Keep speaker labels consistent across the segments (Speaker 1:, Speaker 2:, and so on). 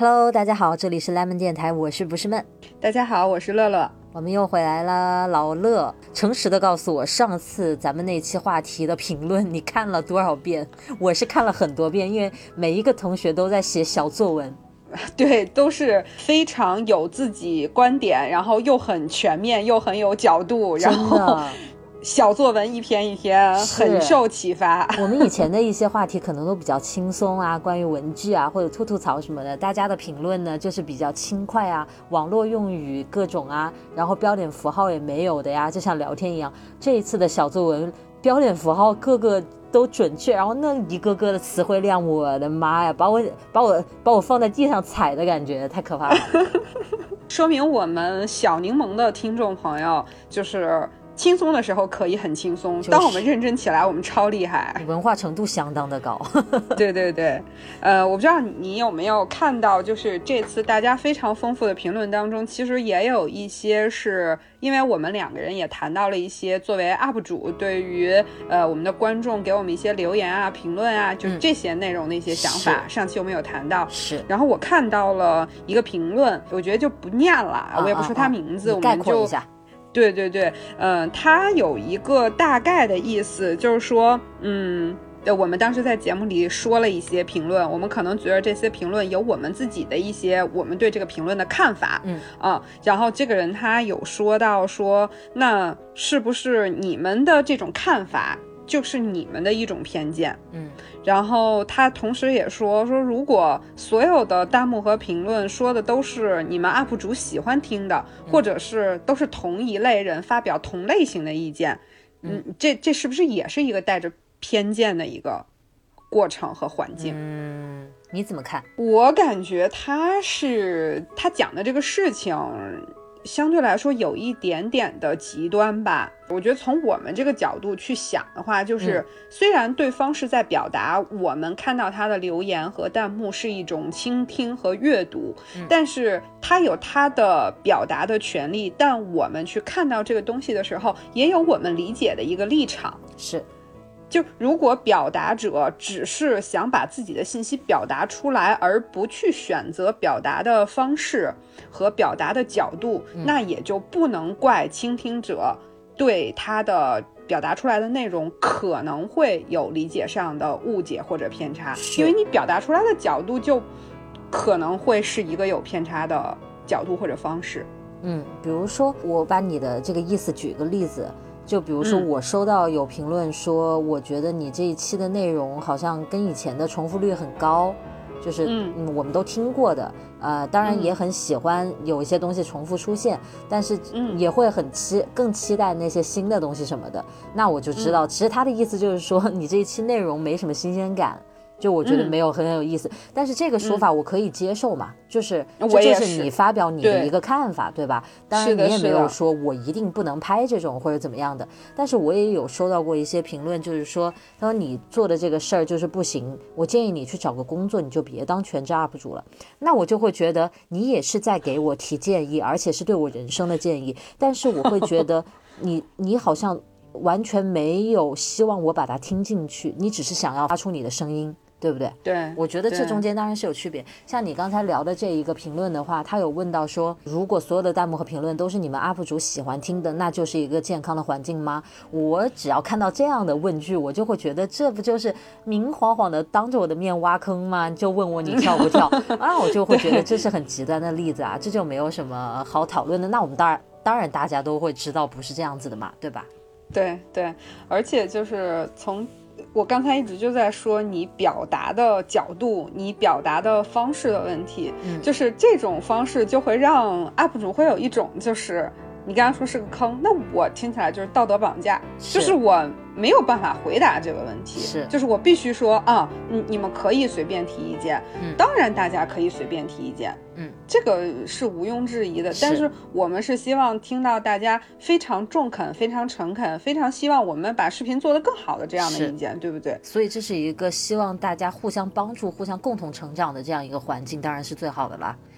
Speaker 1: Hello， 大家好，这里是 Lemon 电台，我是不是闷。
Speaker 2: 大家好，我是乐乐。
Speaker 1: 我们又回来了，老乐，诚实的告诉我，上次咱们那期话题的评论你看了多少遍？我是看了很多遍，因为每一个同学都在写小作文。
Speaker 2: 对，都是非常有自己观点，然后又很全面，又很有角度，然后小作文一篇一篇，很受启发。
Speaker 1: 我们以前的一些话题可能都比较轻松啊，关于文具啊或者吐槽什么的，大家的评论呢就是比较轻快啊，网络用语各种啊，然后标点符号也没有的呀，就像聊天一样。这一次的小作文标点符号各个都准确，然后那一个个的词汇量，我的妈呀，把我放在地上踩的感觉，太可怕了。
Speaker 2: 说明我们小柠檬的听众朋友就是轻松的时候可以很轻松，当我们认真起来我们超厉害，
Speaker 1: 文化程度相当的高。
Speaker 2: 对对对，我不知道你有没有看到，就是这次大家非常丰富的评论当中，其实也有一些是因为我们两个人也谈到了一些作为 UP 主对于我们的观众给我们一些留言啊评论啊，就是这些内容的一些想法，上期我们有谈到。
Speaker 1: 是，
Speaker 2: 然后我看到了一个评论，我觉得就不念了，我也不说他名字，我们就对对对，他有一个大概的意思，就是说，我们当时在节目里说了一些评论，我们可能觉得这些评论有我们自己的一些我们对这个评论的看法，然后这个人他有说到说，那是不是你们的这种看法就是你们的一种偏见？然后他同时也说如果所有的弹幕和评论说的都是你们 UP 主喜欢听的，或者是都是同一类人发表同类型的意见，这是不是也是一个带着偏见的一个过程和环境？
Speaker 1: 你怎么看？
Speaker 2: 我感觉他讲的这个事情相对来说有一点点的极端吧。我觉得从我们这个角度去想的话，就是虽然对方是在表达我们看到他的留言和弹幕是一种倾听和阅读，但是他有他的表达的权利，但我们去看到这个东西的时候也有我们理解的一个立场。
Speaker 1: 是，
Speaker 2: 就如果表达者只是想把自己的信息表达出来，而不去选择表达的方式和表达的角度，那也就不能怪倾听者对他的表达出来的内容可能会有理解上的误解或者偏差，因为你表达出来的角度就可能会是一个有偏差的角度或者方式。
Speaker 1: 比如说我把你的这个意思举个例子，就比如说我收到有评论说，我觉得你这一期的内容好像跟以前的重复率很高，就是我们都听过的，当然也很喜欢有一些东西重复出现，但是也会更期待那些新的东西什么的。那我就知道，其实他的意思就是说，你这一期内容没什么新鲜感。就我觉得没有很有意思，但是这个说法我可以接受嘛，就是你发表你的一个看法， 对吧？当然你也没有说我一定不能拍这种或者怎么样的，但是我也有收到过一些评论，就是说他说你做的这个事儿就是不行，我建议你去找个工作，你就别当全职 UP 主了。那我就会觉得你也是在给我提建议，而且是对我人生的建议，但是我会觉得你好像完全没有希望我把它听进去，你只是想要发出你的声音，对不对？
Speaker 2: 对，
Speaker 1: 我觉得这中间当然是有区别。像你刚才聊的这一个评论的话，他有问到说，如果所有的弹幕和评论都是你们 UP 主喜欢听的，那就是一个健康的环境吗？我只要看到这样的问句，我就会觉得这不就是明晃晃的当着我的面挖坑吗？就问我你跳不跳啊？我就会觉得这是很极端的例子啊，这就没有什么好讨论的。那我们当然大家都会知道不是这样子的嘛，对吧？
Speaker 2: 对对，而且就是我刚才一直就在说你表达的角度，你表达的方式的问题，就是这种方式就会让 UP 主会有一种就是你刚刚说是个坑，那我听起来就是道德绑架，就是我没有办法回答这个问题，就是我必须说啊，你们可以随便提意见，当然大家可以随便提意见，这个是毋庸置疑的，但是我们是希望听到大家非常中肯、非常诚恳、非常希望我们把视频做得更好的这样的意见，对不对？
Speaker 1: 所以这是一个希望大家互相帮助、互相共同成长的这样一个环境，当然是最好的啦。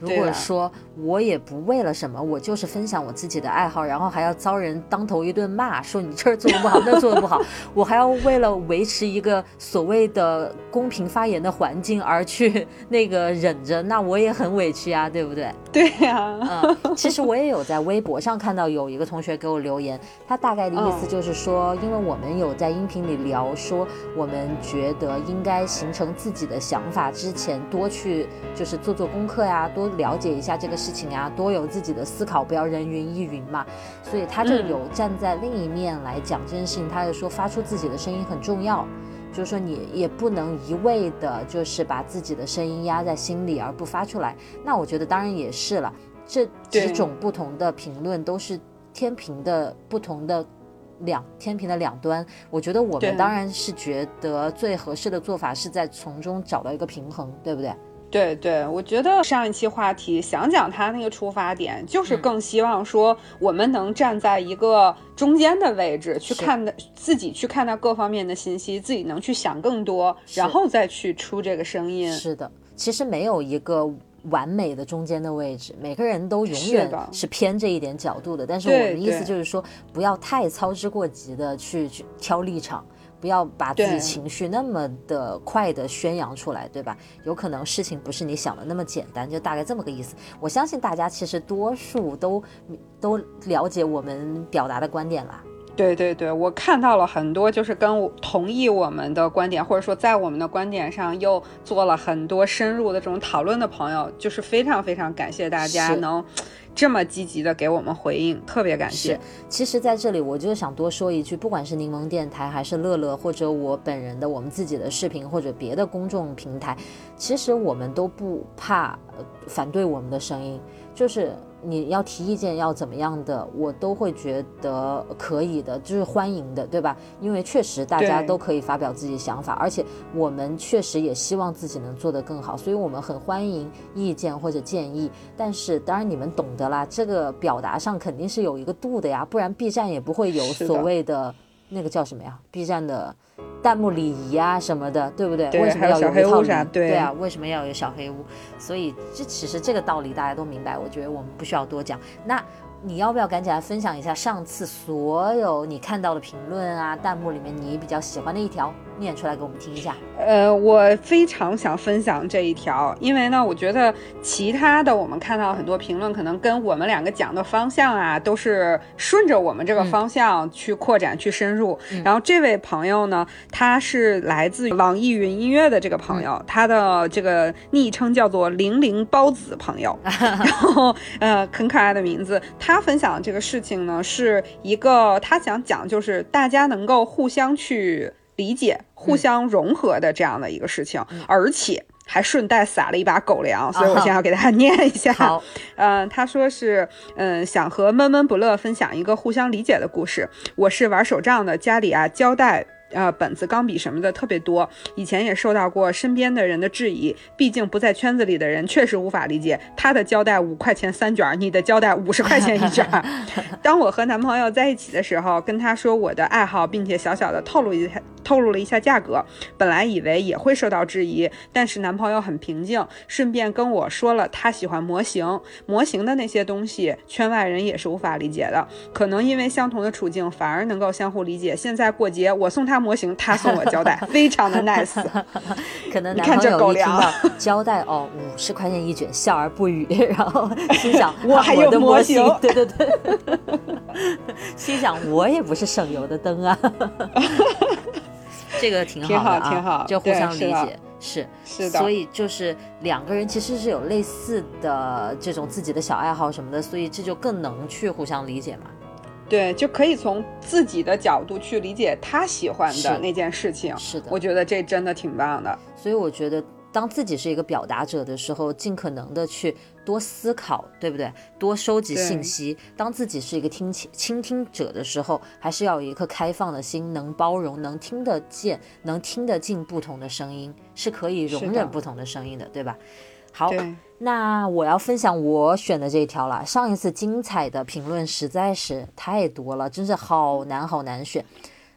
Speaker 1: 如果说我也不为了什么，我就是分享我自己的爱好，然后还要遭人当头一顿骂，说你这儿做的不好那做的不好，我还要为了维持一个所谓的公平发言的环境而去那个忍着，那我也很委屈啊，对不对？
Speaker 2: 对呀、
Speaker 1: 其实我也有在微博上看到有一个同学给我留言，他大概的意思就是说，因为我们有在音频里聊说，我们觉得应该形成自己的想法之前，多去就是做功课呀，多了解一下这个事情呀，多有自己的思考，不要人云亦云嘛。所以他就有站在另一面来讲这件事情，他就说发出自己的声音很重要，就是说你也不能一味的就是把自己的声音压在心里而不发出来。那我觉得当然也是了，这几种不同的评论都是天平的不同的天平的两端，我觉得我们当然是觉得最合适的做法是在从中找到一个平衡，对不对？
Speaker 2: 对对，我觉得上一期话题想讲他那个出发点，就是更希望说我们能站在一个中间的位置去看的，自己去看到各方面的信息，自己能去想更多，然后再去出这个声音。
Speaker 1: 是的，其实没有一个完美的中间的位置，每个人都永远是偏这一点角度的，但是我的意思就是说，不要太操之过急的去挑立场，不要把自己情绪那么的快的宣扬出来，对吧？有可能事情不是你想的那么简单，就大概这么个意思。我相信大家其实多数都了解我们表达的观点啦。
Speaker 2: 对对对，我看到了很多就是同意我们的观点，或者说在我们的观点上又做了很多深入的这种讨论的朋友，就是非常非常感谢大家能这么积极的给我们回应，特别感谢。
Speaker 1: 其实在这里我就想多说一句，不管是柠檬电台还是乐乐，或者我本人的我们自己的视频或者别的公众平台，其实我们都不怕反对我们的声音，就是你要提意见要怎么样的，我都会觉得可以的，就是欢迎的，对吧？因为确实大家都可以发表自己想法，而且我们确实也希望自己能做得更好，所以我们很欢迎意见或者建议。但是当然你们懂得啦，这个表达上肯定是有一个度的呀，不然 B 站也不会有所谓的那个叫什么呀 ，B 站的弹幕礼仪啊什么的，对不对？
Speaker 2: 对，
Speaker 1: 为什么要有一套礼？
Speaker 2: 对
Speaker 1: 啊，为什么要有小黑屋？所以其实这个道理大家都明白，我觉得我们不需要多讲。那你要不要赶紧来分享一下上次所有你看到的评论啊、弹幕里面你比较喜欢的一条，念出来给我们听一下？
Speaker 2: 我非常想分享这一条，因为呢，我觉得其他的我们看到很多评论，可能跟我们两个讲的方向啊，都是顺着我们这个方向去扩展、去深入。然后这位朋友呢，他是来自网易云音乐的这个朋友，他的这个昵称叫做零零包子朋友，然后很可爱的名字。他分享的这个事情呢，是一个他想讲就是大家能够互相去理解、互相融合的这样的一个事情，而且还顺带撒了一把狗粮，所以我现在要给大家念一下。他说是想和闷闷不乐分享一个互相理解的故事。我是玩手账的，家里啊胶带本子、钢笔什么的特别多，以前也受到过身边的人的质疑，毕竟不在圈子里的人确实无法理解他的胶带5块钱3卷，你的胶带50块钱1卷。当我和男朋友在一起的时候，跟他说我的爱好，并且小小的透露了一下价格，本来以为也会受到质疑，但是男朋友很平静，顺便跟我说了他喜欢模型的那些东西，圈外人也是无法理解的，可能因为相同的处境反而能够相互理解。现在过节我送他模型，他送我胶带，非常的 nice。
Speaker 1: 可能男朋友一听到胶带50块钱1卷，笑而不语，然后心想
Speaker 2: 我还有模型，
Speaker 1: 对对对，心想我也不是省油的灯啊。这个挺好的啊，
Speaker 2: 挺好，
Speaker 1: 就互相理解，
Speaker 2: 是的。
Speaker 1: 所以就是两个人其实是有类似的这种自己的小爱好什么的，所以这就更能去互相理解嘛。
Speaker 2: 对，就可以从自己的角度去理解他喜欢的那件事情。
Speaker 1: 是的，
Speaker 2: 我觉得这真的挺棒的。
Speaker 1: 所以我觉得当自己是一个表达者的时候，尽可能的去多思考，对不对？多收集信息。当自己是一个倾听者的时候，还是要有一颗开放的心，能包容，能听得见，能听得进不同的声音，是可以容忍不同的声音的，对吧？好，那我要分享我选的这一条了。上一次精彩的评论实在是太多了，真是好难选。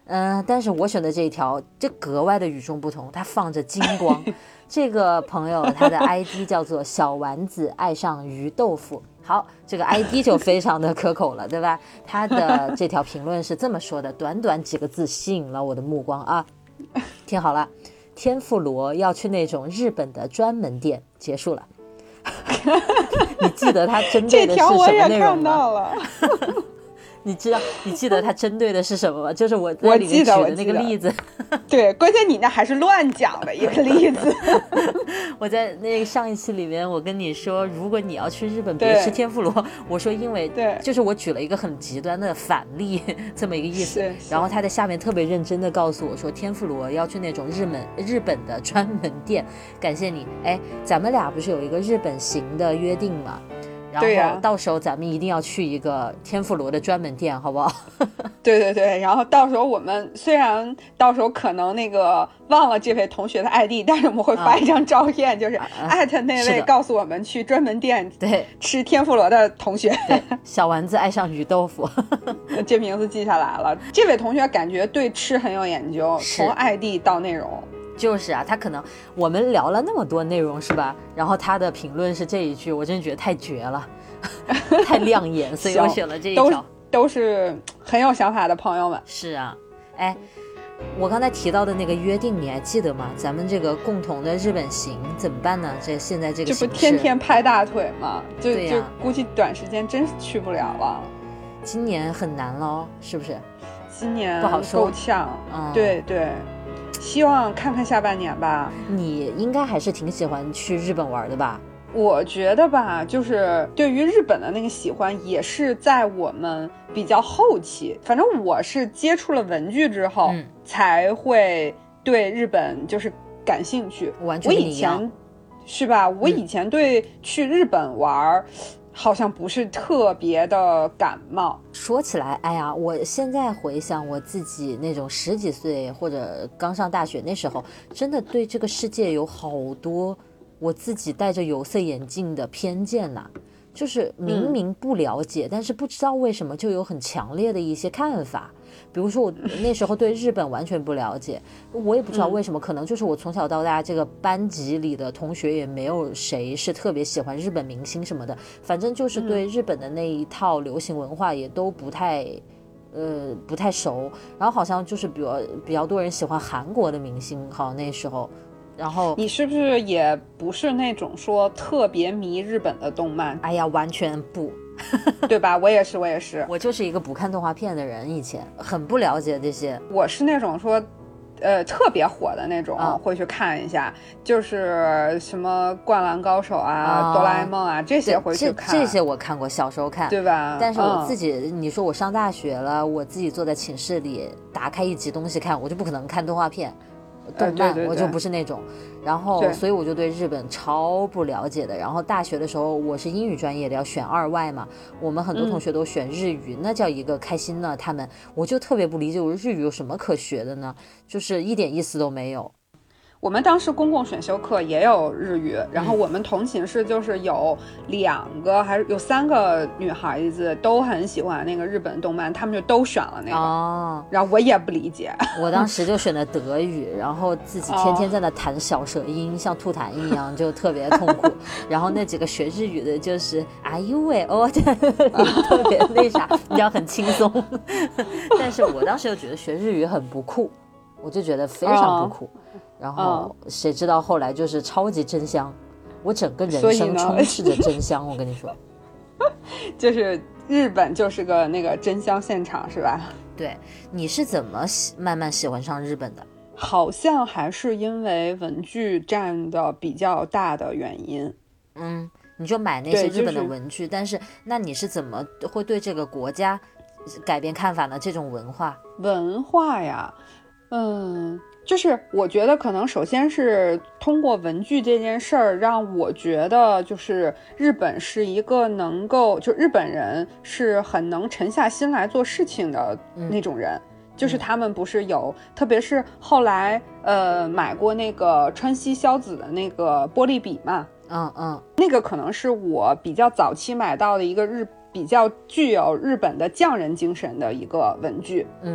Speaker 1: 但是我选的这一条就格外的与众不同，它放着金光。这个朋友他的 ID 叫做小丸子爱上鱼豆腐。好，这个 ID 就非常的可口了，对吧？他的这条评论是这么说的，短短几个字吸引了我的目光啊。听好了，天妇罗要去那种日本的专门店，结束了。你记得他针对的是什么内容吗？你记得他针对的是什么吗？就是我在里面举的那个例子。
Speaker 2: 对，关键你那还是乱讲的一个例子。
Speaker 1: 我在那个上一期里面，我跟你说，如果你要去日本别吃天妇罗，我说因为就是我举了一个很极端的反例这么一个意思。然后他在下面特别认真的告诉我说，天妇罗要去那种日本的专门店。感谢你，哎，咱们俩不是有一个日本行的约定吗？然后到时候咱们一定要去一个天妇罗的专门店，好不好？
Speaker 2: 对对对，然后到时候我们虽然到时候可能那个忘了这位同学的 ID， 但是我们会发一张照片，就是艾特那位告诉我们去专门店吃天妇罗的同学。
Speaker 1: 对，小丸子爱上鱼豆腐。
Speaker 2: 这名字记下来了。这位同学感觉对吃很有研究，从 ID 到内容。
Speaker 1: 就是啊，他可能我们聊了那么多内容是吧，然后他的评论是这一句，我真的觉得太绝了。太亮眼，所以我选了这一条。
Speaker 2: 都是很有想法的朋友们。
Speaker 1: 是啊，哎，我刚才提到的那个约定你还记得吗？咱们这个共同的日本行怎么办呢？现在这个
Speaker 2: 这不天天拍大腿吗？就估计短时间真是去不了了。
Speaker 1: 今年很难了，是不是？
Speaker 2: 今年
Speaker 1: 不好说，
Speaker 2: 够呛。对对，希望看看下半年吧。
Speaker 1: 你应该还是挺喜欢去日本玩的吧？
Speaker 2: 我觉得吧，就是对于日本的那个喜欢也是在我们比较后期，反正我是接触了文具之后，才会对日本就是感兴趣。
Speaker 1: 完全一样。
Speaker 2: 我以前是吧？我以前对去日本玩，好像不是特别的感冒。
Speaker 1: 说起来，哎呀，我现在回想我自己那种10几岁或者刚上大学那时候，真的对这个世界有好多我自己戴着有色眼镜的偏见啦，就是明明不了解，但是不知道为什么就有很强烈的一些看法。比如说我那时候对日本完全不了解，我也不知道为什么，可能就是我从小到大这个班级里的同学也没有谁是特别喜欢日本明星什么的，反正就是对日本的那一套流行文化也都不太熟。然后好像就是比较多人喜欢韩国的明星，好像那时候。然后
Speaker 2: 你是不是也不是那种说特别迷日本的动漫？
Speaker 1: 哎呀，完全不。
Speaker 2: 对吧？我也是，
Speaker 1: 我就是一个不看动画片的人，以前很不了解这些。
Speaker 2: 我是那种说特别火的那种，会去看一下，就是什么灌篮高手啊、哆啦 A 梦啊这些会去看。
Speaker 1: 这些我看过，小时候看，
Speaker 2: 对吧？
Speaker 1: 但是我自己，你说我上大学了，我自己坐在寝室里打开一集东西看，我就不可能看动画片。动漫
Speaker 2: 对
Speaker 1: 我就不是那种，然后所以我就对日本超不了解的。然后大学的时候我是英语专业的，要选2外嘛，我们很多同学都选日语，那叫一个开心呢。他们我就特别不理解，我说日语有什么可学的呢？就是一点意思都没有。
Speaker 2: 我们当时公共选修课也有日语，然后我们同寝室就是有2个还是有3个女孩子都很喜欢那个日本动漫，她们就都选了那个。然后我也不理解，
Speaker 1: 我当时就选的德语，然后自己天天在那弹小舌音，像吐痰一样，就特别痛苦。然后那几个学日语的就是啊呦喂哦，特别那啥，比较很轻松。但是我当时就觉得学日语很不酷，我就觉得非常不酷。然后谁知道后来就是超级真香，我整个人生充斥着真香。我跟你说，
Speaker 2: 就是日本就是个那个真香现场，是吧？
Speaker 1: 对，你是怎么慢慢喜欢上日本的？
Speaker 2: 好像还是因为文具占的比较大的原因。
Speaker 1: 你就买那些日本的文具，但是那你是怎么会对这个国家改变看法呢？这种文化
Speaker 2: 呀，就是我觉得可能首先是通过文具这件事儿，让我觉得就是日本是一个能够，就日本人是很能沉下心来做事情的那种人。就是他们不是有，特别是后来买过那个川西萧子的那个玻璃笔嘛，那个可能是我比较早期买到的一个比较具有日本的匠人精神的一个文具。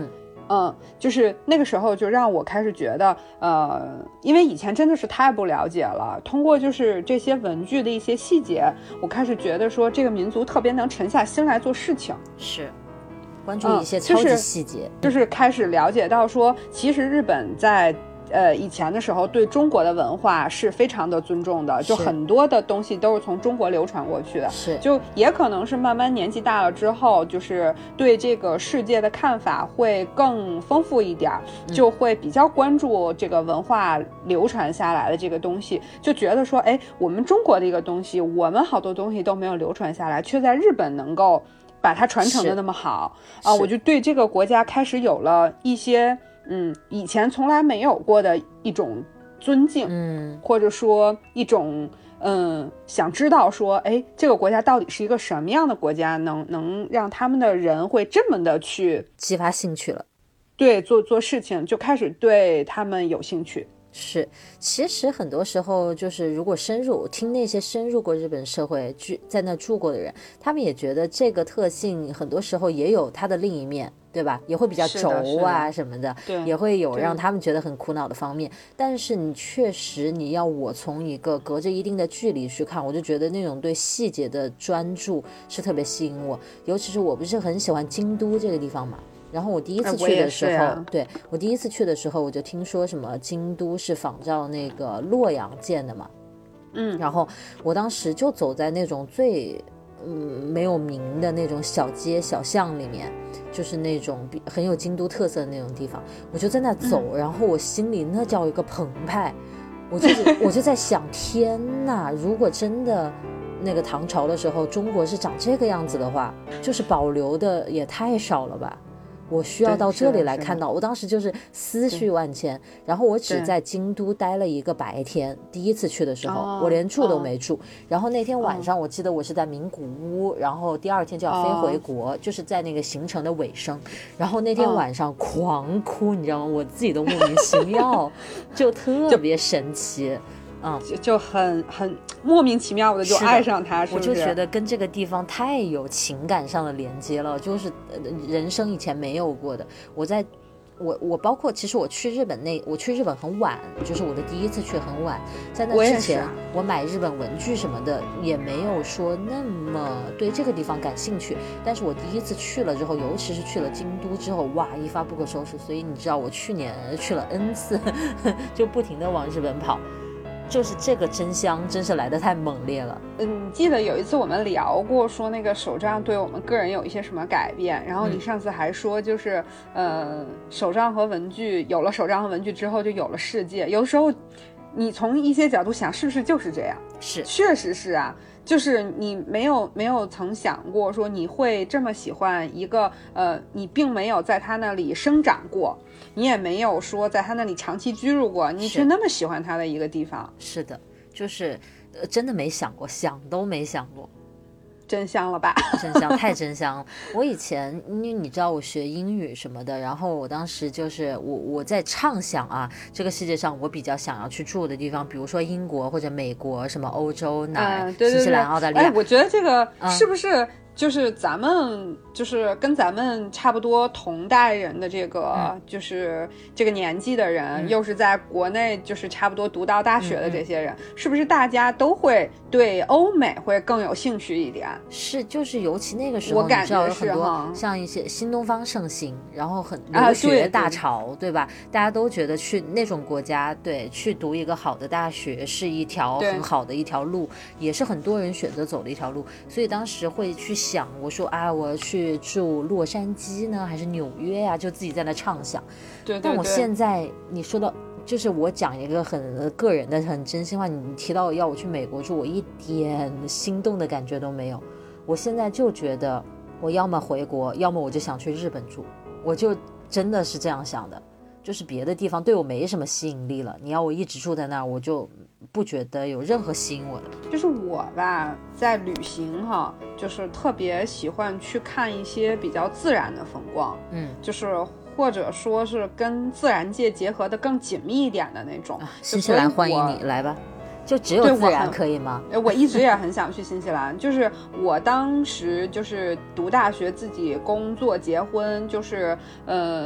Speaker 2: 就是那个时候就让我开始觉得，因为以前真的是太不了解了，通过就是这些文具的一些细节，我开始觉得说这个民族特别能沉下心来做事情，
Speaker 1: 是关注一些超级细节，
Speaker 2: 就是开始了解到说，其实日本在以前的时候对中国的文化是非常的尊重的，就很多的东西都是从中国流传过去的，
Speaker 1: 是
Speaker 2: 就也可能是慢慢年纪大了之后，就是对这个世界的看法会更丰富一点，就会比较关注这个文化流传下来的这个东西，就觉得说，哎，我们中国的一个东西，我们好多东西都没有流传下来，却在日本能够把它传承的那么好啊，我就对这个国家开始有了一些以前从来没有过的一种尊敬，或者说一种想知道说，哎，这个国家到底是一个什么样的国家，能让他们的人会这么的去
Speaker 1: 激发兴趣了，
Speaker 2: 对，做事情就开始对他们有兴趣。
Speaker 1: 是，其实很多时候就是如果听那些深入过日本社会在那住过的人，他们也觉得这个特性很多时候也有它的另一面，对吧？也会比较轴啊什么的，也会有让他们觉得很苦恼的方面。但是你确实你要我从一个隔着一定的距离去看，我就觉得那种对细节的专注是特别吸引我。尤其是我不是很喜欢京都这个地方嘛，然后我第一次去的时候，对，我第一次去的时候，我就听说什么京都是仿照那个洛阳建的嘛，然后我当时就走在那种最没有名的那种小街小巷里面，就是那种很有京都特色的那种地方，我就在那走，然后我心里那叫一个澎湃，我就在想，天哪，如果真的那个唐朝的时候中国是长这个样子的话，就是保留的也太少了吧，我需要到这里来看到，我当时就是思绪万千。然后我只在京都待了一个白天，第一次去的时候，我连住都没住。然后那天晚上，我记得我是在名古屋，然后第二天就要飞回国，就是在那个行程的尾声。然后那天晚上狂哭，你知道吗？我自己都莫名其妙，就特别神奇。
Speaker 2: 就很莫名其妙的就爱上他，是不是？
Speaker 1: 我就觉得跟这个地方太有情感上的连接了，就是人生以前没有过的。我包括其实我去日本很晚，就是我的第一次去很晚，在那之前我买日本文具什么的也没有说那么对这个地方感兴趣，但是我第一次去了之后，尤其是去了京都之后，哇，一发不可收拾。所以你知道我去年去了 N 次，就不停地往日本跑，就是这个真香真是来得太猛烈了。
Speaker 2: 记得有一次我们聊过，说那个手账对我们个人有一些什么改变，然后你上次还说就是手账和文具，有了手账和文具之后就有了世界。有时候你从一些角度想，是不是就是这样？
Speaker 1: 是，
Speaker 2: 确实是啊，就是你没有曾想过说你会这么喜欢一个你并没有在他那里生长过，你也没有说在他那里长期居住过，你却那么喜欢他的一个地方。
Speaker 1: 是的，就是真的没想过，想都没想过。
Speaker 2: 真香了吧？
Speaker 1: 真香，太真香了。我以前因为你知道我学英语什么的，然后我当时就是我在畅想啊，这个世界上我比较想要去住的地方，比如说英国或者美国，什么欧洲新西兰、澳大利亚。
Speaker 2: 我觉得这个是不是就是咱们就是跟咱们差不多同代人的这个就是这个年纪的人，又是在国内就是差不多读到大学的这些人，是不是大家都会对欧美会更有兴趣一点？
Speaker 1: 是，就是尤其那个时候，
Speaker 2: 我感觉
Speaker 1: 有很多像一些新东方盛行，然后很留学大潮，对吧？大家都觉得去那种国家，对，去读一个好的大学是一条很好的一条路，也是很多人选择走的一条路。所以当时会去想，我说啊，我要去住洛杉矶呢，还是纽约呀？就自己在那畅想。
Speaker 2: 对。
Speaker 1: 但我现在你说到。就是我讲一个很个人的很真心话，你提到要我去美国住，我一点心动的感觉都没有。我现在就觉得我要么回国，要么我就想去日本住，我就真的是这样想的。就是别的地方对我没什么吸引力了，你要我一直住在那儿，我就不觉得有任何吸引我的。
Speaker 2: 就是我吧，在旅行哈，就是特别喜欢去看一些比较自然的风光，就是或者说是跟自然界结合的更紧密一点的那种。
Speaker 1: 新西兰欢迎你来吧，就只有自然可以吗？
Speaker 2: 我一直也很想去新西兰。就是我当时就是读大学，自己工作结婚，就是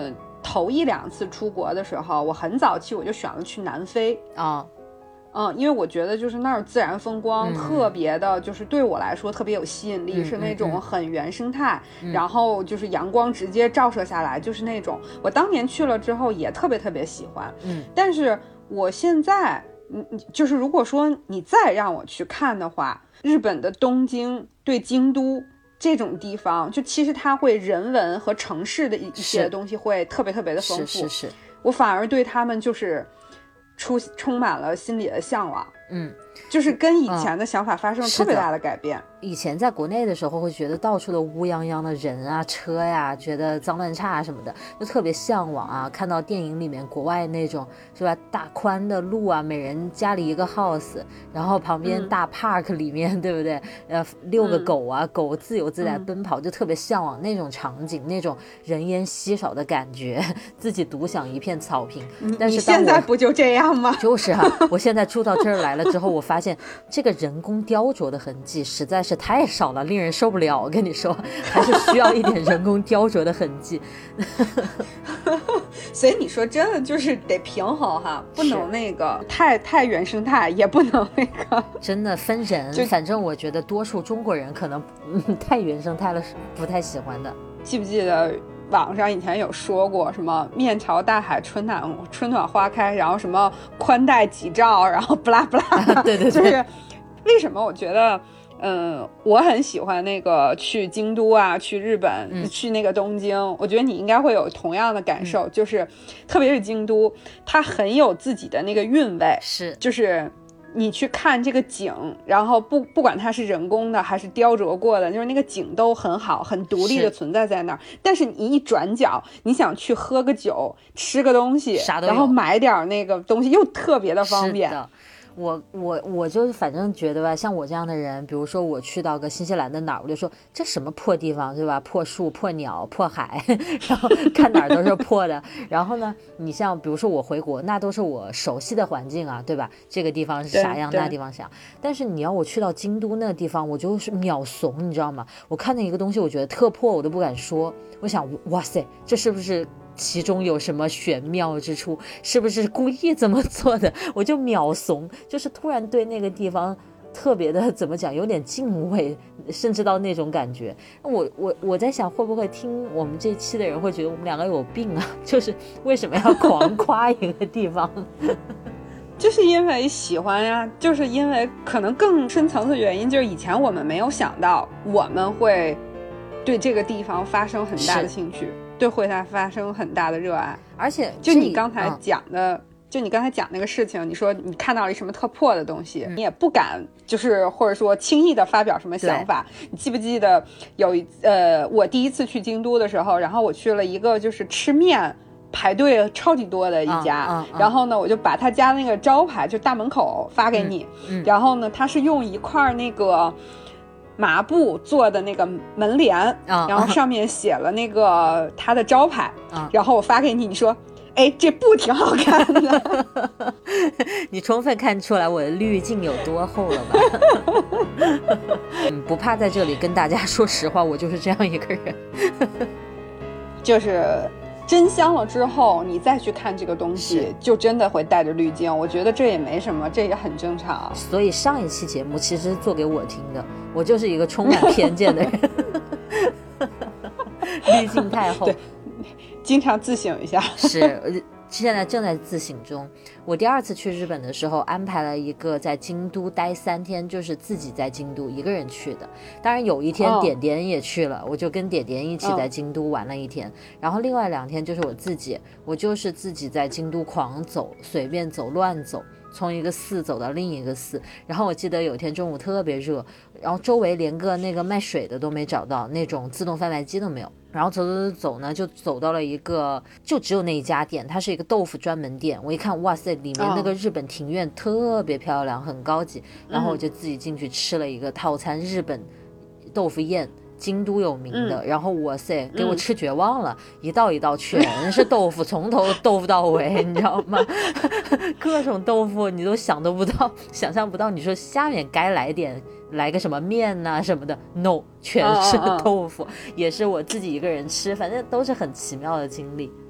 Speaker 2: 头一两次出国的时候，我很早期我就选了去南非啊。因为我觉得就是那儿自然风光特别的，就是对我来说特别有吸引力，是那种很原生态，然后就是阳光直接照射下来，就是那种我当年去了之后也特别特别喜欢。但是我现在就是如果说你再让我去看的话，日本的东京对京都这种地方，就其实它会人文和城市的一些东西会特别特别的丰富，
Speaker 1: 是
Speaker 2: 我反而对他们就是充满了心里的向往。就是跟以前的想法发生了特别大的改变。
Speaker 1: 以前在国内的时候会觉得到处都乌泱泱的人啊车呀，觉得脏乱差什么的，就特别向往啊，看到电影里面国外那种是吧，大宽的路啊，每人家里一个 house， 然后旁边大 park 里面对不对遛个狗啊，狗自由自在奔跑，就特别向往那种场景，那种人烟稀少的感觉，自己独享一片草坪。但是
Speaker 2: 你现在不就这样吗？
Speaker 1: 就是啊，我现在住到这儿来了之后，我发现这个人工雕琢的痕迹实在是太少了，令人受不了。我跟你说，还是需要一点人工雕琢的痕迹。
Speaker 2: 所以你说真的就是得平衡哈，不能那个太原生态，也不能那个
Speaker 1: 真的分人。反正我觉得多数中国人可能太原生态了，不太喜欢的。
Speaker 2: 记不记得网上以前有说过什么面朝大海春暖花开，然后什么宽带几兆，然后不拉不拉。
Speaker 1: 对对对，
Speaker 2: 就是为什么我觉得我很喜欢那个去京都啊，去日本，去那个东京，我觉得你应该会有同样的感受，就是特别是京都，它很有自己的那个韵味，
Speaker 1: 是
Speaker 2: 就是你去看这个景，然后不管它是人工的还是雕琢过的，就是那个景都很好，很独立的存在在那儿。但是你一转角，你想去喝个酒，吃个东西，然后买点那个东西，又特别的方便。
Speaker 1: 是的，我就是反正觉得吧，像我这样的人，比如说我去到个新西兰的哪儿，我就说这什么破地方，对吧？破树、破鸟、破海，然后看哪儿都是破的。然后呢，你像比如说我回国，那都是我熟悉的环境啊，对吧？这个地方是啥样，那地方啥。但是你要我去到京都那个地方，我就是秒怂，你知道吗？我看见一个东西，我觉得特破，我都不敢说。我想，哇塞，这是不是其中有什么玄妙之处，是不是故意这么做的？我就秒怂，就是突然对那个地方特别的怎么讲，有点敬畏，甚至到那种感觉。我在想，会不会听我们这期的人会觉得我们两个有病啊？就是为什么要狂夸一个地方？
Speaker 2: 就是因为喜欢呀，就是因为可能更深层次的原因，就是以前我们没有想到我们会对这个地方发生很大的兴趣，对会它发生很大的热爱。
Speaker 1: 而且
Speaker 2: 就你刚才讲的，就你刚才讲那个事情，你说你看到了什么特破的东西，你也不敢就是或者说轻易的发表什么想法。你记不记得有我第一次去京都的时候，然后我去了一个就是吃面排队超级多的一家，然后呢我就把他家那个招牌就大门口发给你，然后呢他是用一块那个麻布做的那个门帘，然后上面写了那个他的招牌，然后我发给你，你说哎，这布挺好看的。
Speaker 1: 你充分看出来我的滤镜有多厚了吧？不怕在这里跟大家说实话，我就是这样一个人。
Speaker 2: 就是真香了之后，你再去看这个东西，就真的会带着滤镜。我觉得这也没什么，这也很正常。
Speaker 1: 所以上一期节目其实做给我听的，我就是一个充满偏见的人。滤镜太厚，
Speaker 2: 对，经常自省一下。
Speaker 1: 是，现在正在自省中。我第二次去日本的时候，安排了一个在京都待3天，就是自己在京都一个人去的。当然有一天点点也去了，我就跟点点一起在京都玩了1天，然后另外2天就是我就是自己在京都狂走，随便走乱走，从一个寺走到另一个寺。然后我记得有一天中午特别热，然后周围连个那个卖水的都没找到，那种自动贩卖机都没有。然后走呢，就走到了一个就只有那一家店，它是一个豆腐专门店。我一看，哇塞，里面那个日本庭院特别漂亮，很高级。然后我就自己进去吃了一个套餐，日本豆腐宴，京都有名的。然后哇塞，给我吃绝望了，一道一道全是豆腐，从头豆腐到尾，你知道吗？各种豆腐你都想象不到。你说下面该来个什么面啊什么的 ，no， 全是豆腐，也是我自己一个人吃，反正都是很奇妙的经历。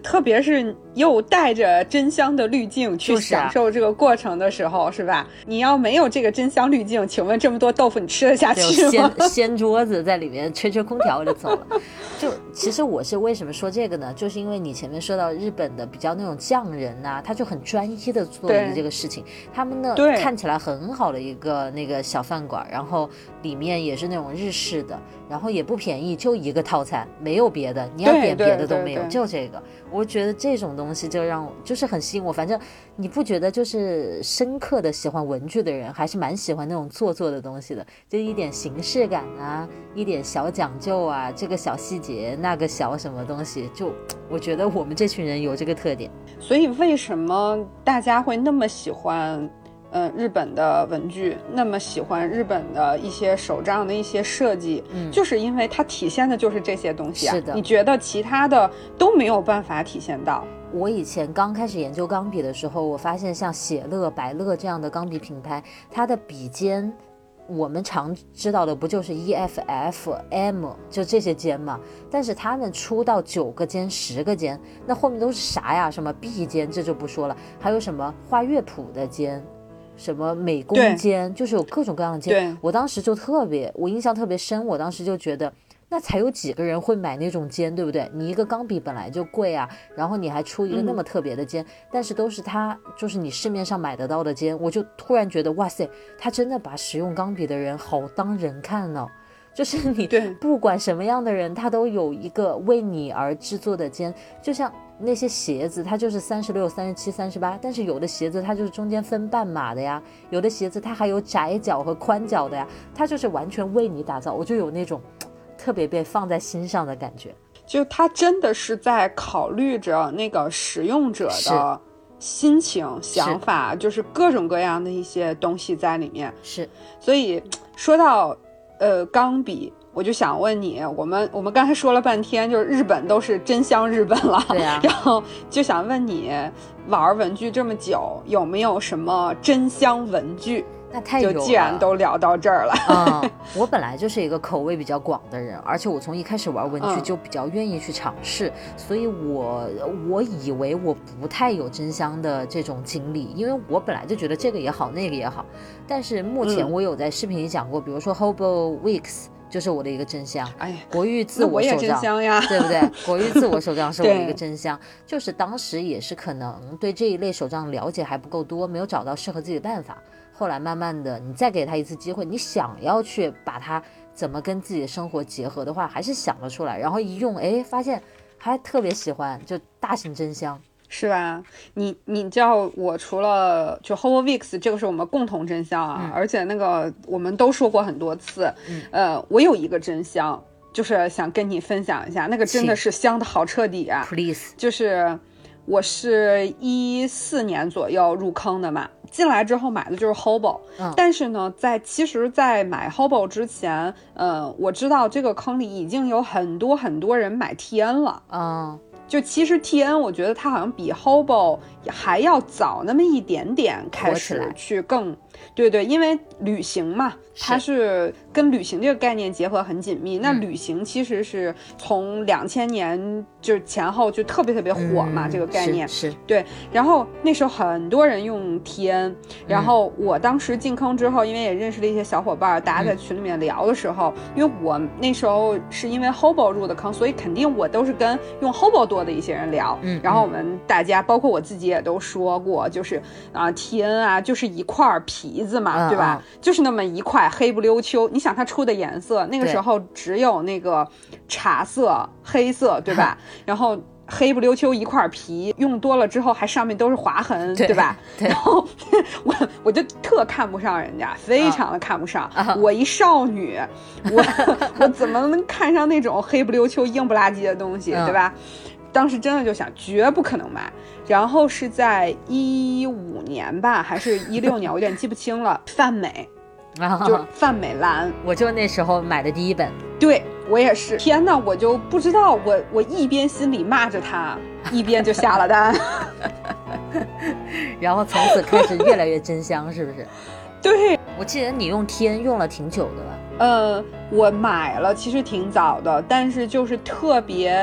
Speaker 2: 特别是又带着真香的滤镜去享受这个过程的时候，是吧？你要没有这个真香滤镜，请问这么多豆腐你吃得下去吗？
Speaker 1: 掀桌子在里面吹吹空调就走了。就其实我是为什么说这个呢？就是因为你前面说到日本的比较那种匠人啊，他就很专一的做这个事情。他们呢看起来很好的一个那个小饭馆，然后里面也是那种日式的，然后也不便宜，就一个套餐，没有别的，你要点别的都没有，就这个。我觉得这种东西就让就是很吸引我。反正你不觉得就是深刻的喜欢文具的人还是蛮喜欢那种做作的东西的，就一点形式感啊，一点小讲究啊，这个小细节那个小什么东西，就我觉得我们这群人有这个特点。
Speaker 2: 所以为什么大家会那么喜欢日本的文具，那么喜欢日本的一些手账的一些设计，就是因为它体现的就是这些东西啊。
Speaker 1: 是的，
Speaker 2: 你觉得其他的都没有办法体现到。
Speaker 1: 我以前刚开始研究钢笔的时候，我发现像写乐、百乐这样的钢笔品牌，它的笔尖我们常知道的不就是 EFF、M 就这些尖嘛？但是他们出到9个尖、10个尖，那后面都是啥呀？什么 B 尖这就不说了，还有什么画乐谱的尖，什么美工尖，就是有各种各样的尖。我当时就我印象特别深，我当时就觉得那才有几个人会买那种尖，对不对？你一个钢笔本来就贵啊，然后你还出一个那么特别的尖，但是都是它就是你市面上买得到的尖，我就突然觉得哇塞，他真的把使用钢笔的人好当人看呢。就是你不管什么样的人，他都有一个为你而制作的尖，就像那些鞋子它就是36、37、38，但是有的鞋子它就是中间分半码的呀，有的鞋子它还有窄脚和宽脚的呀，它就是完全为你打造。我就有那种特别被放在心上的感觉，
Speaker 2: 就他真的是在考虑着那个使用者的心情想法，就是各种各样的一些东西在里面。
Speaker 1: 是，
Speaker 2: 所以说到钢笔，我就想问你，我们刚才说了半天，就是日本都是真香日本了，
Speaker 1: 对啊，
Speaker 2: 然后就想问你，玩文具这么久，有没有什么真香文具？
Speaker 1: 那太有了，
Speaker 2: 就既然都聊到这儿了，
Speaker 1: 我本来就是一个口味比较广的人，而且我从一开始玩文具就比较愿意去尝试，所以我以为我不太有真香的这种经历，因为我本来就觉得这个也好那个也好，但是目前我有在视频里讲过，比如说 Hobo Weeks 就是我的一个真香，国誉自我手账呀，对不对？国誉自我手账是我的一个真香，就是当时也是可能对这一类手账了解还不够多，没有找到适合自己的办法。后来慢慢的，你再给他一次机会，你想要去把它怎么跟自己的生活结合的话，还是想得出来，然后一用，发现还特别喜欢，就大型真香。
Speaker 2: 是吧？你知道我除了就 Hobo Weeks 这个是我们共同真香啊，而且那个我们都说过很多次，我有一个真香，就是想跟你分享一下，那个真的是香的好彻底啊
Speaker 1: ！Please，
Speaker 2: 就是我是14年左右入坑的嘛，进来之后买的就是 Hobo，但是呢，其实在买 Hobo 之前，我知道这个坑里已经有很多很多人买 TN 了，就其实 TN 我觉得它好像比 Hobo 还要早那么一点点开始去更对，因为旅行嘛，它是跟旅行这个概念结合很紧密。那旅行其实是从2000年就前后就特别特别火嘛，这个概念
Speaker 1: 是
Speaker 2: 对。然后那时候很多人用 TN， 然后我当时进坑之后，因为也认识了一些小伙伴，大家在群里面聊的时候，因为我那时候是因为 Hobo 入的坑，所以肯定我都是跟用 Hobo 多的一些人聊，然后我们大家包括我自己也都说过，就是TN 啊，就是一块皮子嘛，对吧？就是那么一块黑不溜秋。你想它出的颜色，那个时候只有那个茶色、黑色，对吧？然后黑不溜秋一块皮，用多了之后还上面都是划痕，对吧？
Speaker 1: 对。
Speaker 2: 然后我就特看不上人家，非常的看不上。我一少女，我怎么能看上那种黑不溜秋、硬不拉几的东西，对吧？当时真的就想绝不可能买，然后是在15年吧，还是16年，我有点记不清了。泛美，就是泛美蓝，
Speaker 1: 我就那时候买的第一本。
Speaker 2: 对，我也是。天哪，我就不知道，我一边心里骂着他，一边就下了单。
Speaker 1: 然后从此开始越来越真香，是不是？
Speaker 2: 对，
Speaker 1: 我记得你用TN用了挺久的了。
Speaker 2: 我买了其实挺早的，但是就是特别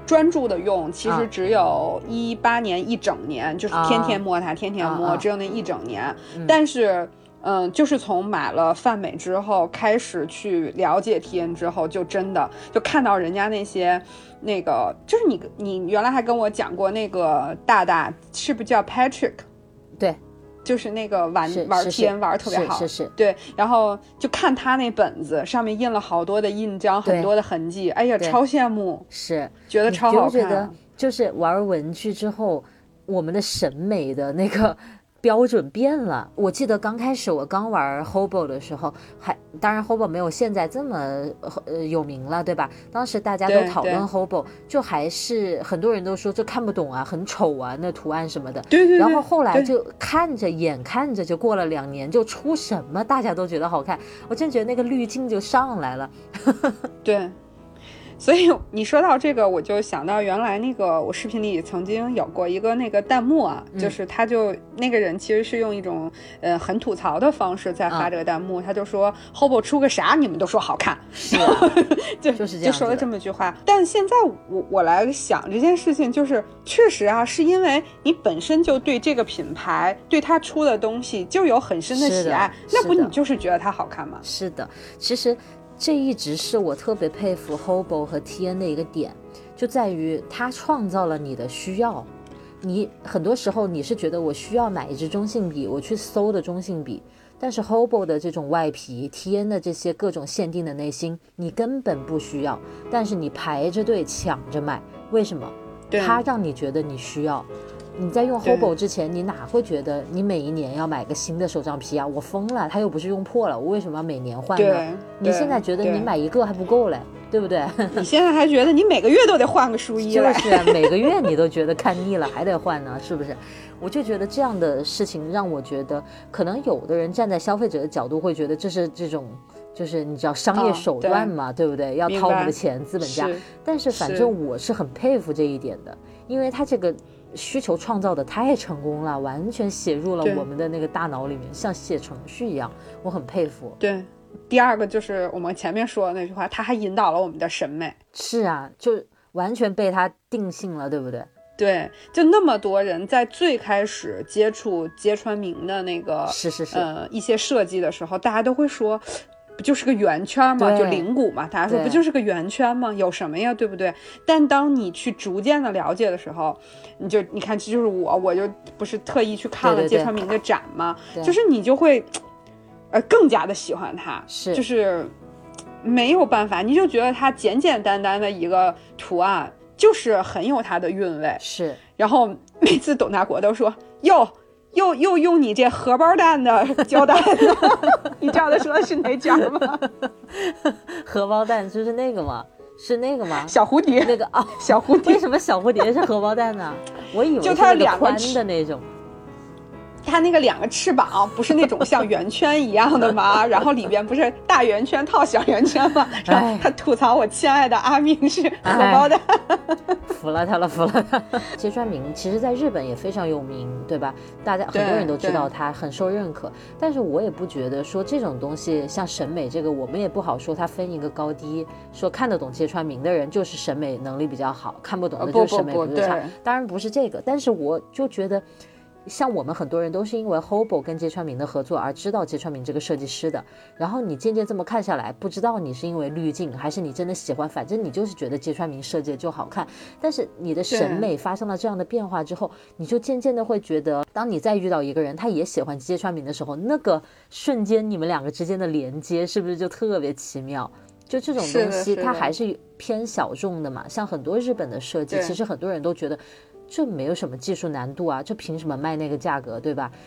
Speaker 2: 专注的用，其实只有18年一整年，就是天天摸它，天天摸，只有那一整年。但是就是从买了泛美之后开始去了解 TN 之后，就真的就看到人家那些那个，就是你原来还跟我讲过那个大是不是叫 Patrick？
Speaker 1: 对，
Speaker 2: 就是那个玩 TN 玩特别好，
Speaker 1: 是
Speaker 2: 对，然后就看他那本子上面印了好多的印章，很多的痕迹，哎呀，超羡慕，
Speaker 1: 是
Speaker 2: 觉得超好看。
Speaker 1: 觉得就是玩文具之后，我们的审美的那个标准变了。我记得刚开始我刚玩 Hobo 的时候，当然 Hobo 没有现在这么有名了，对吧？当时大家都讨论 Hobo， 就还是很多人都说这看不懂啊，很丑啊，那图案什么的。
Speaker 2: 对。
Speaker 1: 然后后来就眼看着就过了2年，就出什么大家都觉得好看，我真觉得那个滤镜就上来了。
Speaker 2: 对。所以你说到这个，我就想到原来那个我视频里曾经有过一个那个弹幕啊，就是他就那个人其实是用一种很吐槽的方式在发这个弹幕，他就说 Hobo 出个啥你们都说好看，
Speaker 1: 是啊
Speaker 2: 就是这样，就说了这么一句话。但现在我来想这件事情，就是确实啊，是因为你本身就对这个品牌对他出的东西就有很深的喜爱，那不你就是觉得它好看吗？
Speaker 1: 是的，其实这一直是我特别佩服 Hobo 和 TN 的一个点，就在于它创造了你的需要。你很多时候你是觉得我需要买一支中性笔，我去搜的中性笔，但是 Hobo 的这种外皮， TN 的这些各种限定的内芯，你根本不需要，但是你排着队抢着买，为什么？它让你觉得你需要。你在用 Hobo 之前，你哪会觉得你每一年要买个新的手账皮啊？我疯了，它又不是用破了，我为什么要每年换呢？你现在觉得你买一个还不够嘞，对不对？
Speaker 2: 你现在还觉得你每个月都得换个书衣来，
Speaker 1: 就是啊，每个月你都觉得看腻了，还得换呢，是不是？我就觉得这样的事情让我觉得，可能有的人站在消费者的角度会觉得这是这种。就是你知道商业手段嘛，对不对？要掏我们的钱，资本家。但是反正我是很佩服这一点的，因为他这个需求创造的太成功了，完全写入了我们的那个大脑里面，像写程序一样，我很佩服。
Speaker 2: 对，第二个就是我们前面说的那句话，他还引导了我们的审美。
Speaker 1: 是啊，就完全被他定性了，对不对？
Speaker 2: 对，就那么多人在最开始接触揭穿明的那个一些设计的时候，大家都会说。不就是个圆圈吗？就零股嘛，大家说不就是个圆圈吗？有什么呀，对不对？但当你去逐渐的了解的时候，你看，这就是我就不是特意去看了揭穿明的展吗？就是你就会更加的喜欢它，就是没有办法，你就觉得它简简单单的一个图案就是很有它的韵味。
Speaker 1: 是，
Speaker 2: 然后每次董大国都说又用你这荷包蛋的胶带呢？你知道他说的是哪家吗？
Speaker 1: 荷包蛋就是那个吗？是那个吗？
Speaker 2: 小蝴蝶
Speaker 1: 那个啊，
Speaker 2: 小蝴蝶。
Speaker 1: 为什么小蝴蝶是荷包蛋呢？我以为
Speaker 2: 就它
Speaker 1: 两个宽的那种。
Speaker 2: 它那个2个翅膀不是那种像圆圈一样的吗？然后里边不是大圆圈套小圆圈吗？然后他吐槽我亲爱的阿明是荷包蛋，
Speaker 1: 服了他了，服了他。揭穿明其实在日本也非常有名，对吧？大家很多人都知道他，很受认可。但是我也不觉得说这种东西像审美这个，我们也不好说它分一个高低，说看得懂揭穿明的人就是审美能力比较好，看不懂的就是审美不是差。当然不是这个，但是我就觉得。像我们很多人都是因为 Hobo 跟揭穿明的合作而知道揭穿明这个设计师的，然后你渐渐这么看下来，不知道你是因为滤镜还是你真的喜欢，反正你就是觉得揭穿明设计的就好看。但是你的审美发生了这样的变化之后，你就渐渐的会觉得，当你再遇到一个人他也喜欢揭穿明的时候，那个瞬间你们两个之间的连接是不是就特别奇妙？就这种东西它还是偏小众的嘛，像很多日本的设计，其实很多人都觉得这没有什么技术难度啊，这凭什么卖那个价格，对吧？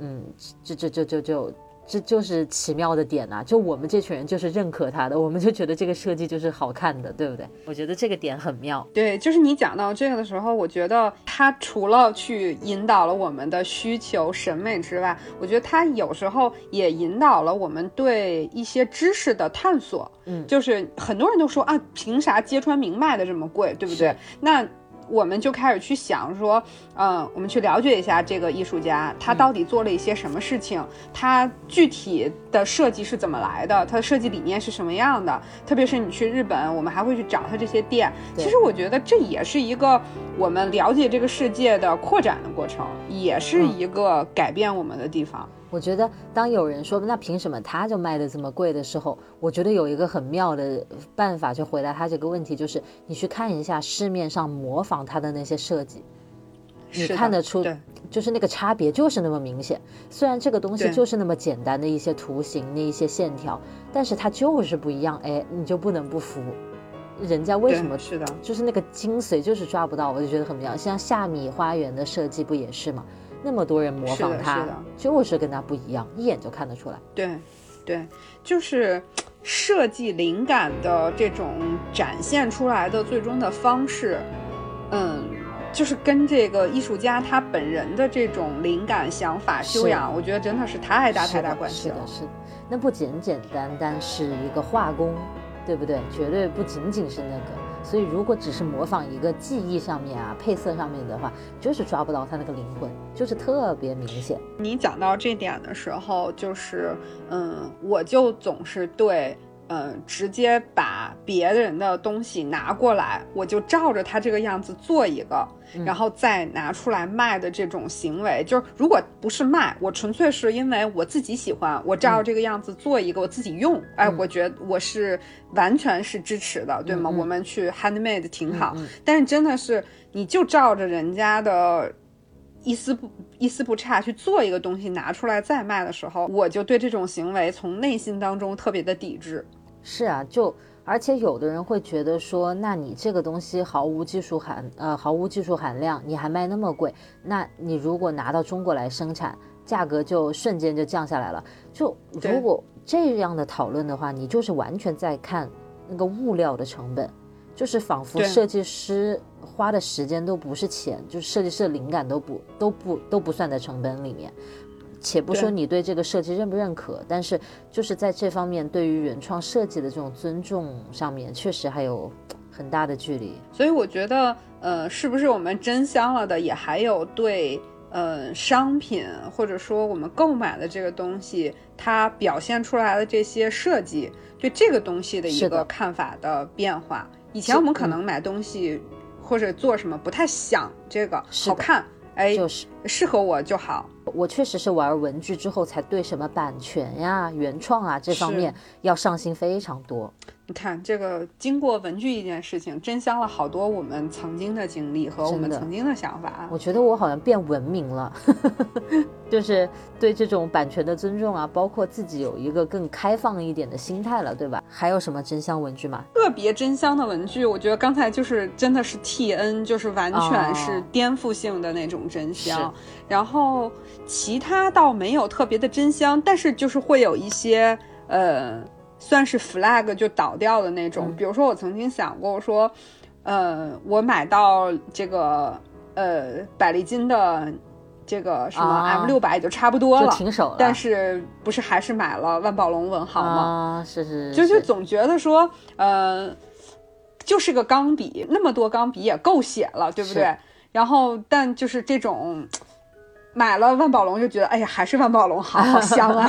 Speaker 1: 这就是奇妙的点啊！就我们这群人就是认可它的，我们就觉得这个设计就是好看的，对不对？我觉得这个点很妙。
Speaker 2: 对，就是你讲到这个的时候，我觉得它除了去引导了我们的需求审美之外，我觉得它有时候也引导了我们对一些知识的探索。就是很多人都说啊，凭啥揭穿明卖的这么贵，对不对？那我们就开始去想说，我们去了解一下这个艺术家，他到底做了一些什么事情，他具体的设计是怎么来的，他的设计理念是什么样的。特别是你去日本，我们还会去找他这些店。其实我觉得这也是一个我们了解这个世界的扩展的过程，也是一个改变我们的地方。
Speaker 1: 我觉得当有人说那凭什么他就卖的这么贵的时候，我觉得有一个很妙的办法去回答他这个问题，就是你去看一下市面上模仿他的那些设计，你看得出就是那个差别就是那么明显。虽然这个东西就是那么简单的一些图形那一些线条，但是它就是不一样，哎，你就不能不服。人家为什么
Speaker 2: 是的，
Speaker 1: 就是那个精髓就是抓不到，我就觉得很妙。像夏米花园的设计不也是吗？那么多人模仿他，就是跟他不一样，一眼就看得出来。
Speaker 2: 对，就是设计灵感的这种展现出来的最终的方式，就是跟这个艺术家他本人的这种灵感想法修养，我觉得真的是太大关系了。
Speaker 1: 是的，那不简单是一个画工，对不对？绝对不仅仅是那个。所以如果只是模仿一个技艺上面啊配色上面的话，就是抓不到它那个灵魂，就是特别明显。
Speaker 2: 你讲到这点的时候，就是我就总是对直接把别人的东西拿过来，我就照着他这个样子做一个，然后再拿出来卖的这种行为，就是如果不是卖，我纯粹是因为我自己喜欢，我照着这个样子做一个，我自己用，哎，我觉得我是完全是支持的，对吗？我们去 handmade 挺好，但是真的是你就照着人家的一丝不差去做一个东西拿出来再卖的时候，我就对这种行为从内心当中特别的抵制。
Speaker 1: 是啊，而且有的人会觉得说，那你这个东西毫无技术含量，你还卖那么贵，那你如果拿到中国来生产，价格就瞬间就降下来了。就如果这样的讨论的话，你就是完全在看那个物料的成本，就是仿佛设计师花的时间都不是钱，就是设计师的灵感都不算在成本里面。且不说你对这个设计认不认可，但是就是在这方面对于原创设计的这种尊重上面，确实还有很大的距离。
Speaker 2: 所以我觉得是不是我们真香了的也还有对商品或者说我们购买的这个东西它表现出来的这些设计对这个东西的一个看法的变化。以前我们可能买东西或者做什么不太想这个好看，哎，
Speaker 1: 就是
Speaker 2: 适合我就好。
Speaker 1: 我确实是玩文具之后才对什么版权呀原创啊这方面要上心非常多。
Speaker 2: 你看这个经过文具一件事情真香了好多我们曾经的经历和我们曾经的想法。
Speaker 1: 我觉得我好像变文明了就是对这种版权的尊重啊，包括自己有一个更开放一点的心态了，对吧？还有什么真香文具吗？
Speaker 2: 特别真香的文具，我觉得刚才就是真的是 TN， 就是完全是颠覆性的那种真香，然后其他倒没有特别的真香，但是就是会有一些算是 flag 就倒掉的那种。比如说我曾经想过说我买到这个百利金的这个什么 M600 就差不多了，
Speaker 1: 就停手了，
Speaker 2: 但是不是还是买了万宝龙文豪吗？
Speaker 1: 是
Speaker 2: 就总觉得说就是个钢笔，那么多钢笔也够写了，对不对？然后但就是这种买了万宝龙就觉得哎呀还是万宝龙好香啊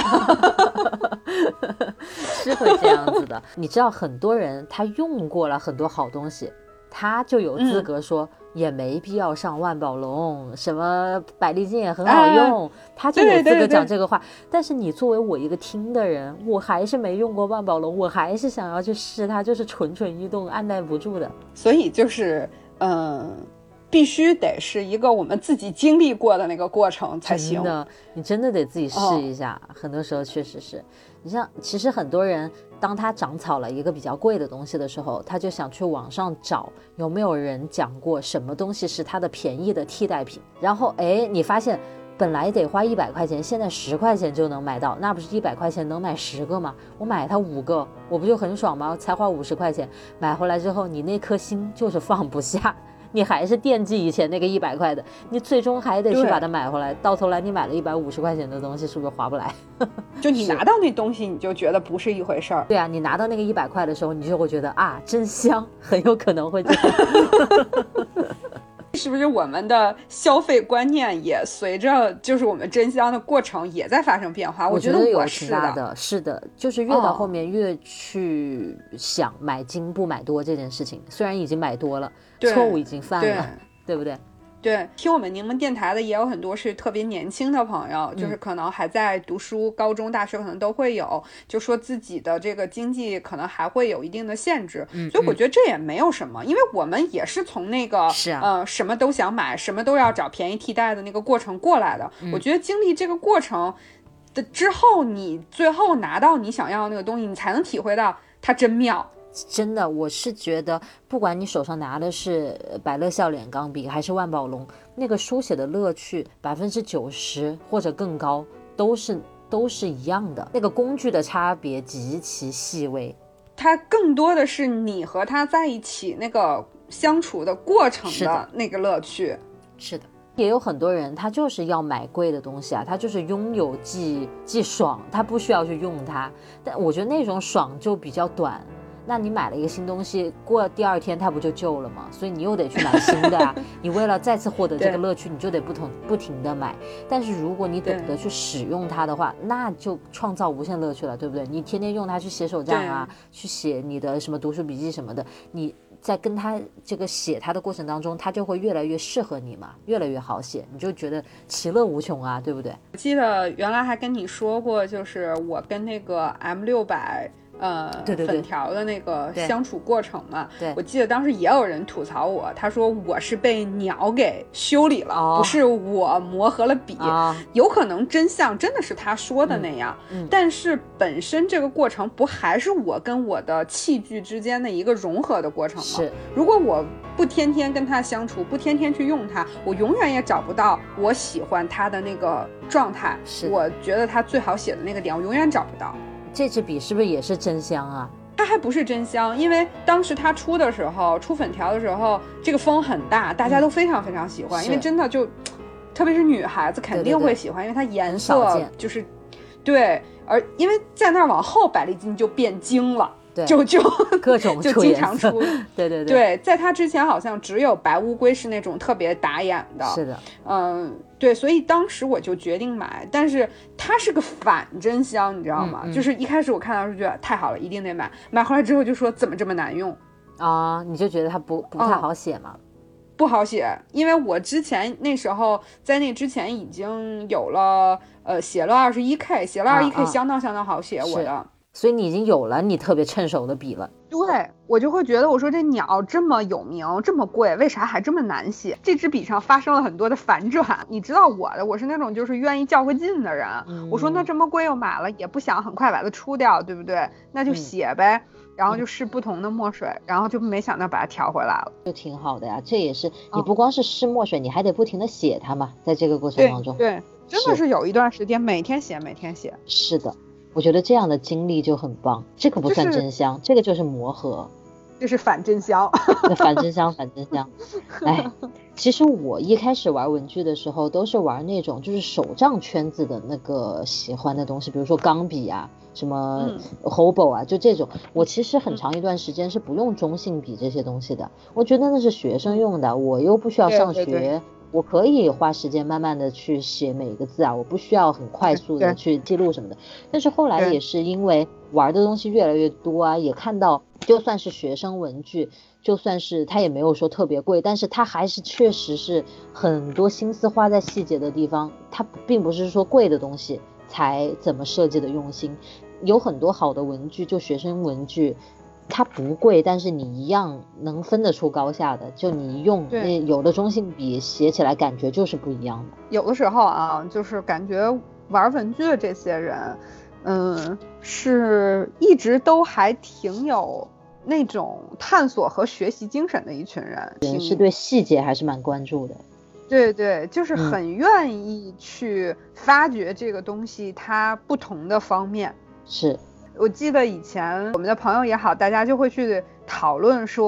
Speaker 1: 是会这样子的。你知道很多人他用过了很多好东西，他就有资格说也没必要上万宝龙，什么百利金也很好用，他就有资格讲这个话。但是你作为我一个听的人，我还是没用过万宝龙，我还是想要去试它，就是蠢蠢欲动，按耐不住的。
Speaker 2: 所以就是必须得是一个我们自己经历过的那个过程才行。
Speaker 1: 真的，你真的得自己试一下。很多时候确实是，你像其实很多人当他长草了一个比较贵的东西的时候，他就想去网上找有没有人讲过什么东西是他的便宜的替代品，然后你发现本来得花100块钱，现在10块钱就能买到，那不是100块钱能买10个吗？我买它5个，我不就很爽吗？才花50块钱买回来之后，你那颗心就是放不下，你还是惦记以前那个100块的，你最终还得去把它买回来，到头来你买了150块钱的东西，是不是划不来？
Speaker 2: 就你拿到那东西你就觉得不是一回事儿。
Speaker 1: 对啊，你拿到那个100块的时候，你就会觉得啊真香，很有可能会这样
Speaker 2: 是不是我们的消费观念也随着就是我们真香的过程也在发生变化？我觉得
Speaker 1: 有挺大的，是的，就是越到后面越去想买精不买多这件事情，虽然已经买多了，错误已经犯了，对不对？
Speaker 2: 对，听我们柠檬电台的也有很多是特别年轻的朋友，就是可能还在读书，高中大学可能都会有，就说自己的这个经济可能还会有一定的限制，所以我觉得这也没有什么，因为我们也是从那个什么都想买，什么都要找便宜替代的那个过程过来的，我觉得经历这个过程的之后，你最后拿到你想要的那个东西，你才能体会到它真妙。
Speaker 1: 真的，我是觉得不管你手上拿的是百乐笑脸钢笔还是万宝龙，那个书写的乐趣90%或者更高都是一样的，那个工具的差别极其细微，
Speaker 2: 它更多的是你和他在一起那个相处的过程的那个乐趣。
Speaker 1: 是的，也有很多人他就是要买贵的东西啊，他就是拥有既爽，他不需要去用它，但我觉得那种爽就比较短。那你买了一个新东西，过第2天它不就旧了吗？所以你又得去买新的啊。你为了再次获得这个乐趣，你就得不停的买。但是如果你懂得去使用它的话，那就创造无限乐趣了，对不对？你天天用它去写手账啊，去写你的什么读书笔记什么的，你在跟它这个写它的过程当中，它就会越来越适合你嘛，越来越好写，你就觉得其乐无穷啊，对不对？
Speaker 2: 我记得原来还跟你说过，就是我跟那个 M600粉条的那个相处过程嘛，
Speaker 1: 对，
Speaker 2: 我记得当时也有人吐槽我，他说我是被鸟给修理了，不是我磨合了笔，有可能真相真的是他说的那样，但是本身这个过程不还是我跟我的器具之间的一个融合的过程吗？
Speaker 1: 是，
Speaker 2: 如果我不天天跟他相处，不天天去用它，我永远也找不到我喜欢他的那个状态，我觉得他最好写的那个点我永远找不到。
Speaker 1: 这支笔是不是也是真香啊？
Speaker 2: 它还不是真香，因为当时它出的时候，出粉条的时候，这个风很大，大家都非常非常喜欢，因为真的就，特别是女孩子肯定会喜欢，因为它颜色就是对，而因为在那儿往后百丽金就变精了。就
Speaker 1: 各种
Speaker 2: 就经常出
Speaker 1: 对，
Speaker 2: 在他之前好像只有白乌龟是那种特别打眼的，
Speaker 1: 是的，
Speaker 2: 对，所以当时我就决定买，但是它是个反真香，你知道吗？就是一开始我看到是觉得太好了，一定得买，买回来之后就说怎么这么难用
Speaker 1: 啊？你就觉得它不太好写吗？
Speaker 2: 不好写，因为我之前那时候在那之前已经有了写了21K， 写了21K 相当相当好写，我的。
Speaker 1: 所以你已经有了你特别趁手的笔了。
Speaker 2: 对，我就会觉得我说这鸟这么有名这么贵，为啥还这么难写？这支笔上发生了很多的反转。你知道我是那种就是愿意较个劲的人，我说那这么贵又买了，也不想很快把它出掉，对不对？那就写呗，然后就试不同的墨水，然后就没想到把它调回来了，
Speaker 1: 就挺好的呀。这也是你不光是试墨水，你还得不停的写它嘛，在这个过程当中。
Speaker 2: 对，真的是有一段时间每天写。
Speaker 1: 是的。我觉得这样的经历就很棒，这个不算真香，这个就是磨合，
Speaker 2: 这是反真香，
Speaker 1: 反真香。哎，其实我一开始玩文具的时候，都是玩那种就是手账圈子的那个喜欢的东西，比如说钢笔啊，什么 Hobo 啊，就这种。我其实很长一段时间是不用中性笔这些东西的，我觉得那是学生用的，我又不需要上学。对，我可以花时间慢慢的去写每一个字啊，我不需要很快速的去记录什么的。但是后来也是因为玩的东西越来越多啊，也看到就算是学生文具，就算是它也没有说特别贵，但是它还是确实是很多心思花在细节的地方，它并不是说贵的东西才怎么设计的用心。有很多好的文具，就学生文具它不贵，但是你一样能分得出高下的，就你用有的中性笔写起来感觉就是不一样的。
Speaker 2: 有的时候啊，就是感觉玩文具的这些人是一直都还挺有那种探索和学习精神的一群人，
Speaker 1: 是对细节还是蛮关注的。
Speaker 2: 对，就是很愿意去发掘这个东西它不同的方面。
Speaker 1: 是，
Speaker 2: 我记得以前我们的朋友也好，大家就会去讨论说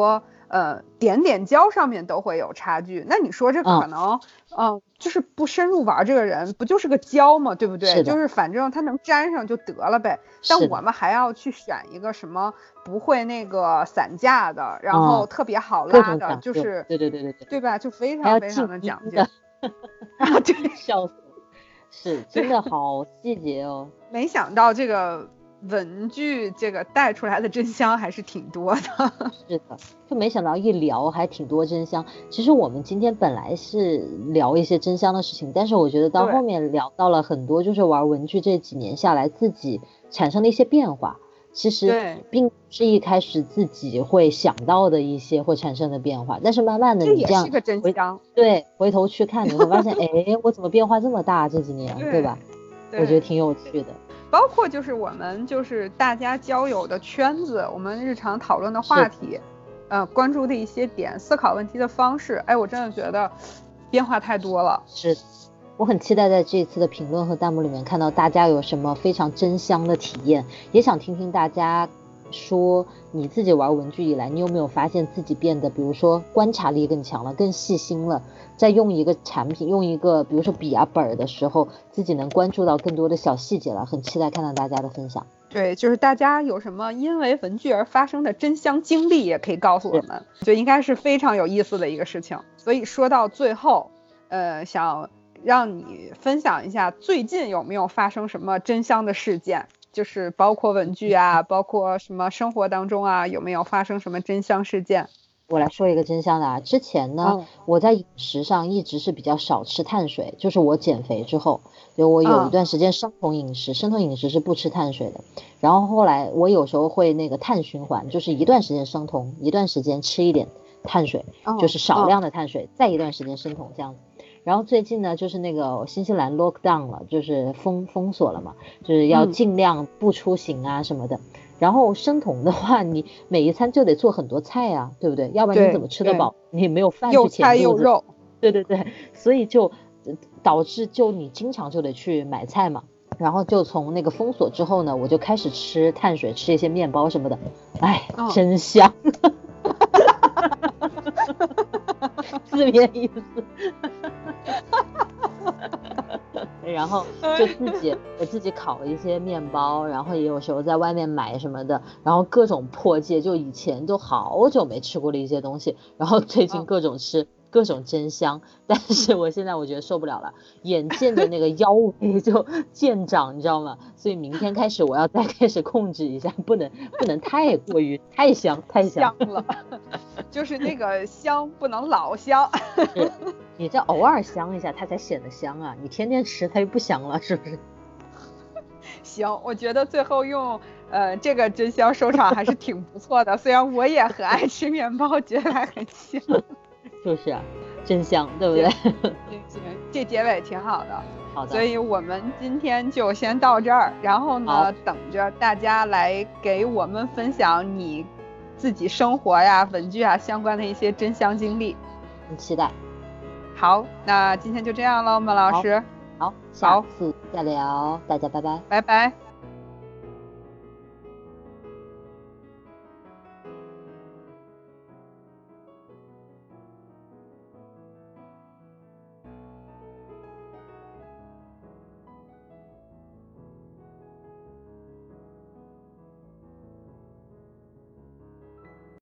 Speaker 2: 点点胶上面都会有差距。那你说这可能就是不深入玩这个人不就是个胶吗？对不对？就是反正它能粘上就得了呗。但我们还要去选一个什么不会那个散架的，然后特别好拉的，就是对吧？就非常非常的讲究啊！对，
Speaker 1: 笑死，是真的好细节哦。
Speaker 2: 没想到这个文具这个带出来的真香还是挺多的。
Speaker 1: 是的，就没想到一聊还挺多真香。其实我们今天本来是聊一些真香的事情，但是我觉得到后面聊到了很多就是玩文具这几年下来自己产生的一些变化，其实并不是一开始自己会想到的一些会产生的变化，但是慢慢的你这样回头去看，你会发现哎，我怎么变化这么大这几年，对吧？我觉得挺有趣的。
Speaker 2: 包括就是我们就是大家交友的圈子，我们日常讨论的话题，关注的一些点，思考问题的方式，哎，我真的觉得变化太多了。
Speaker 1: 是，我很期待在这次的评论和弹幕里面看到大家有什么非常真香的体验，也想听听大家说你自己玩文具以来，你有没有发现自己变得比如说观察力更强了，更细心了，在用一个产品用一个比如说笔啊本的时候，自己能关注到更多的小细节了，很期待看到大家的分享。
Speaker 2: 对，就是大家有什么因为文具而发生的真香经历也可以告诉我们，就应该是非常有意思的一个事情。所以说到最后想让你分享一下最近有没有发生什么真香的事件，就是包括文具啊，包括什么生活当中啊，有没有发生什么真香事件？
Speaker 1: 我来说一个真香的啊，之前呢，我在饮食上一直是比较少吃碳水，就是我减肥之后，就我有一段时间生酮饮食，生酮饮食是不吃碳水的，然后后来我有时候会那个碳循环，就是一段时间生酮，一段时间吃一点碳水，就是少量的碳水，再一段时间生酮这样子。然后最近呢，就是那个新西兰 lockdown 了，就是封锁了嘛，就是要尽量不出行啊什么的。然后生酮的话，你每一餐就得做很多菜啊，对不对？要不然你怎么吃得饱？你没有饭去填肚子。
Speaker 2: 又菜又肉。
Speaker 1: 对，所以就导致就你经常就得去买菜嘛。然后就从那个封锁之后呢，我就开始吃碳水，吃一些面包什么的。哎，真香。字面意思。然后就我自己烤一些面包，然后也有时候在外面买什么的，然后各种破戒，就以前都好久没吃过的一些东西，然后最近各种吃各种真香，但是我现在我觉得受不了了，眼见着那个腰围就见长，你知道吗？所以明天开始我要再开始控制一下，不能太过于太香
Speaker 2: 了，就是那个香不能老香。
Speaker 1: 是，你这偶尔香一下它才显得香啊，你天天吃它就不香了，是不是？
Speaker 2: 行，我觉得最后用这个真香收场还是挺不错的，虽然我也很爱吃面包，觉得还很香。
Speaker 1: 就是啊，真香，对不对？
Speaker 2: 行，这结尾挺好的。
Speaker 1: 好的。
Speaker 2: 所以我们今天就先到这儿，然后呢，等着大家来给我们分享你自己生活呀、文具啊相关的一些真香经历。
Speaker 1: 很期待。
Speaker 2: 好，那今天就这样了，孟老师。
Speaker 1: 好，下次再聊，大家拜拜。
Speaker 2: 拜拜。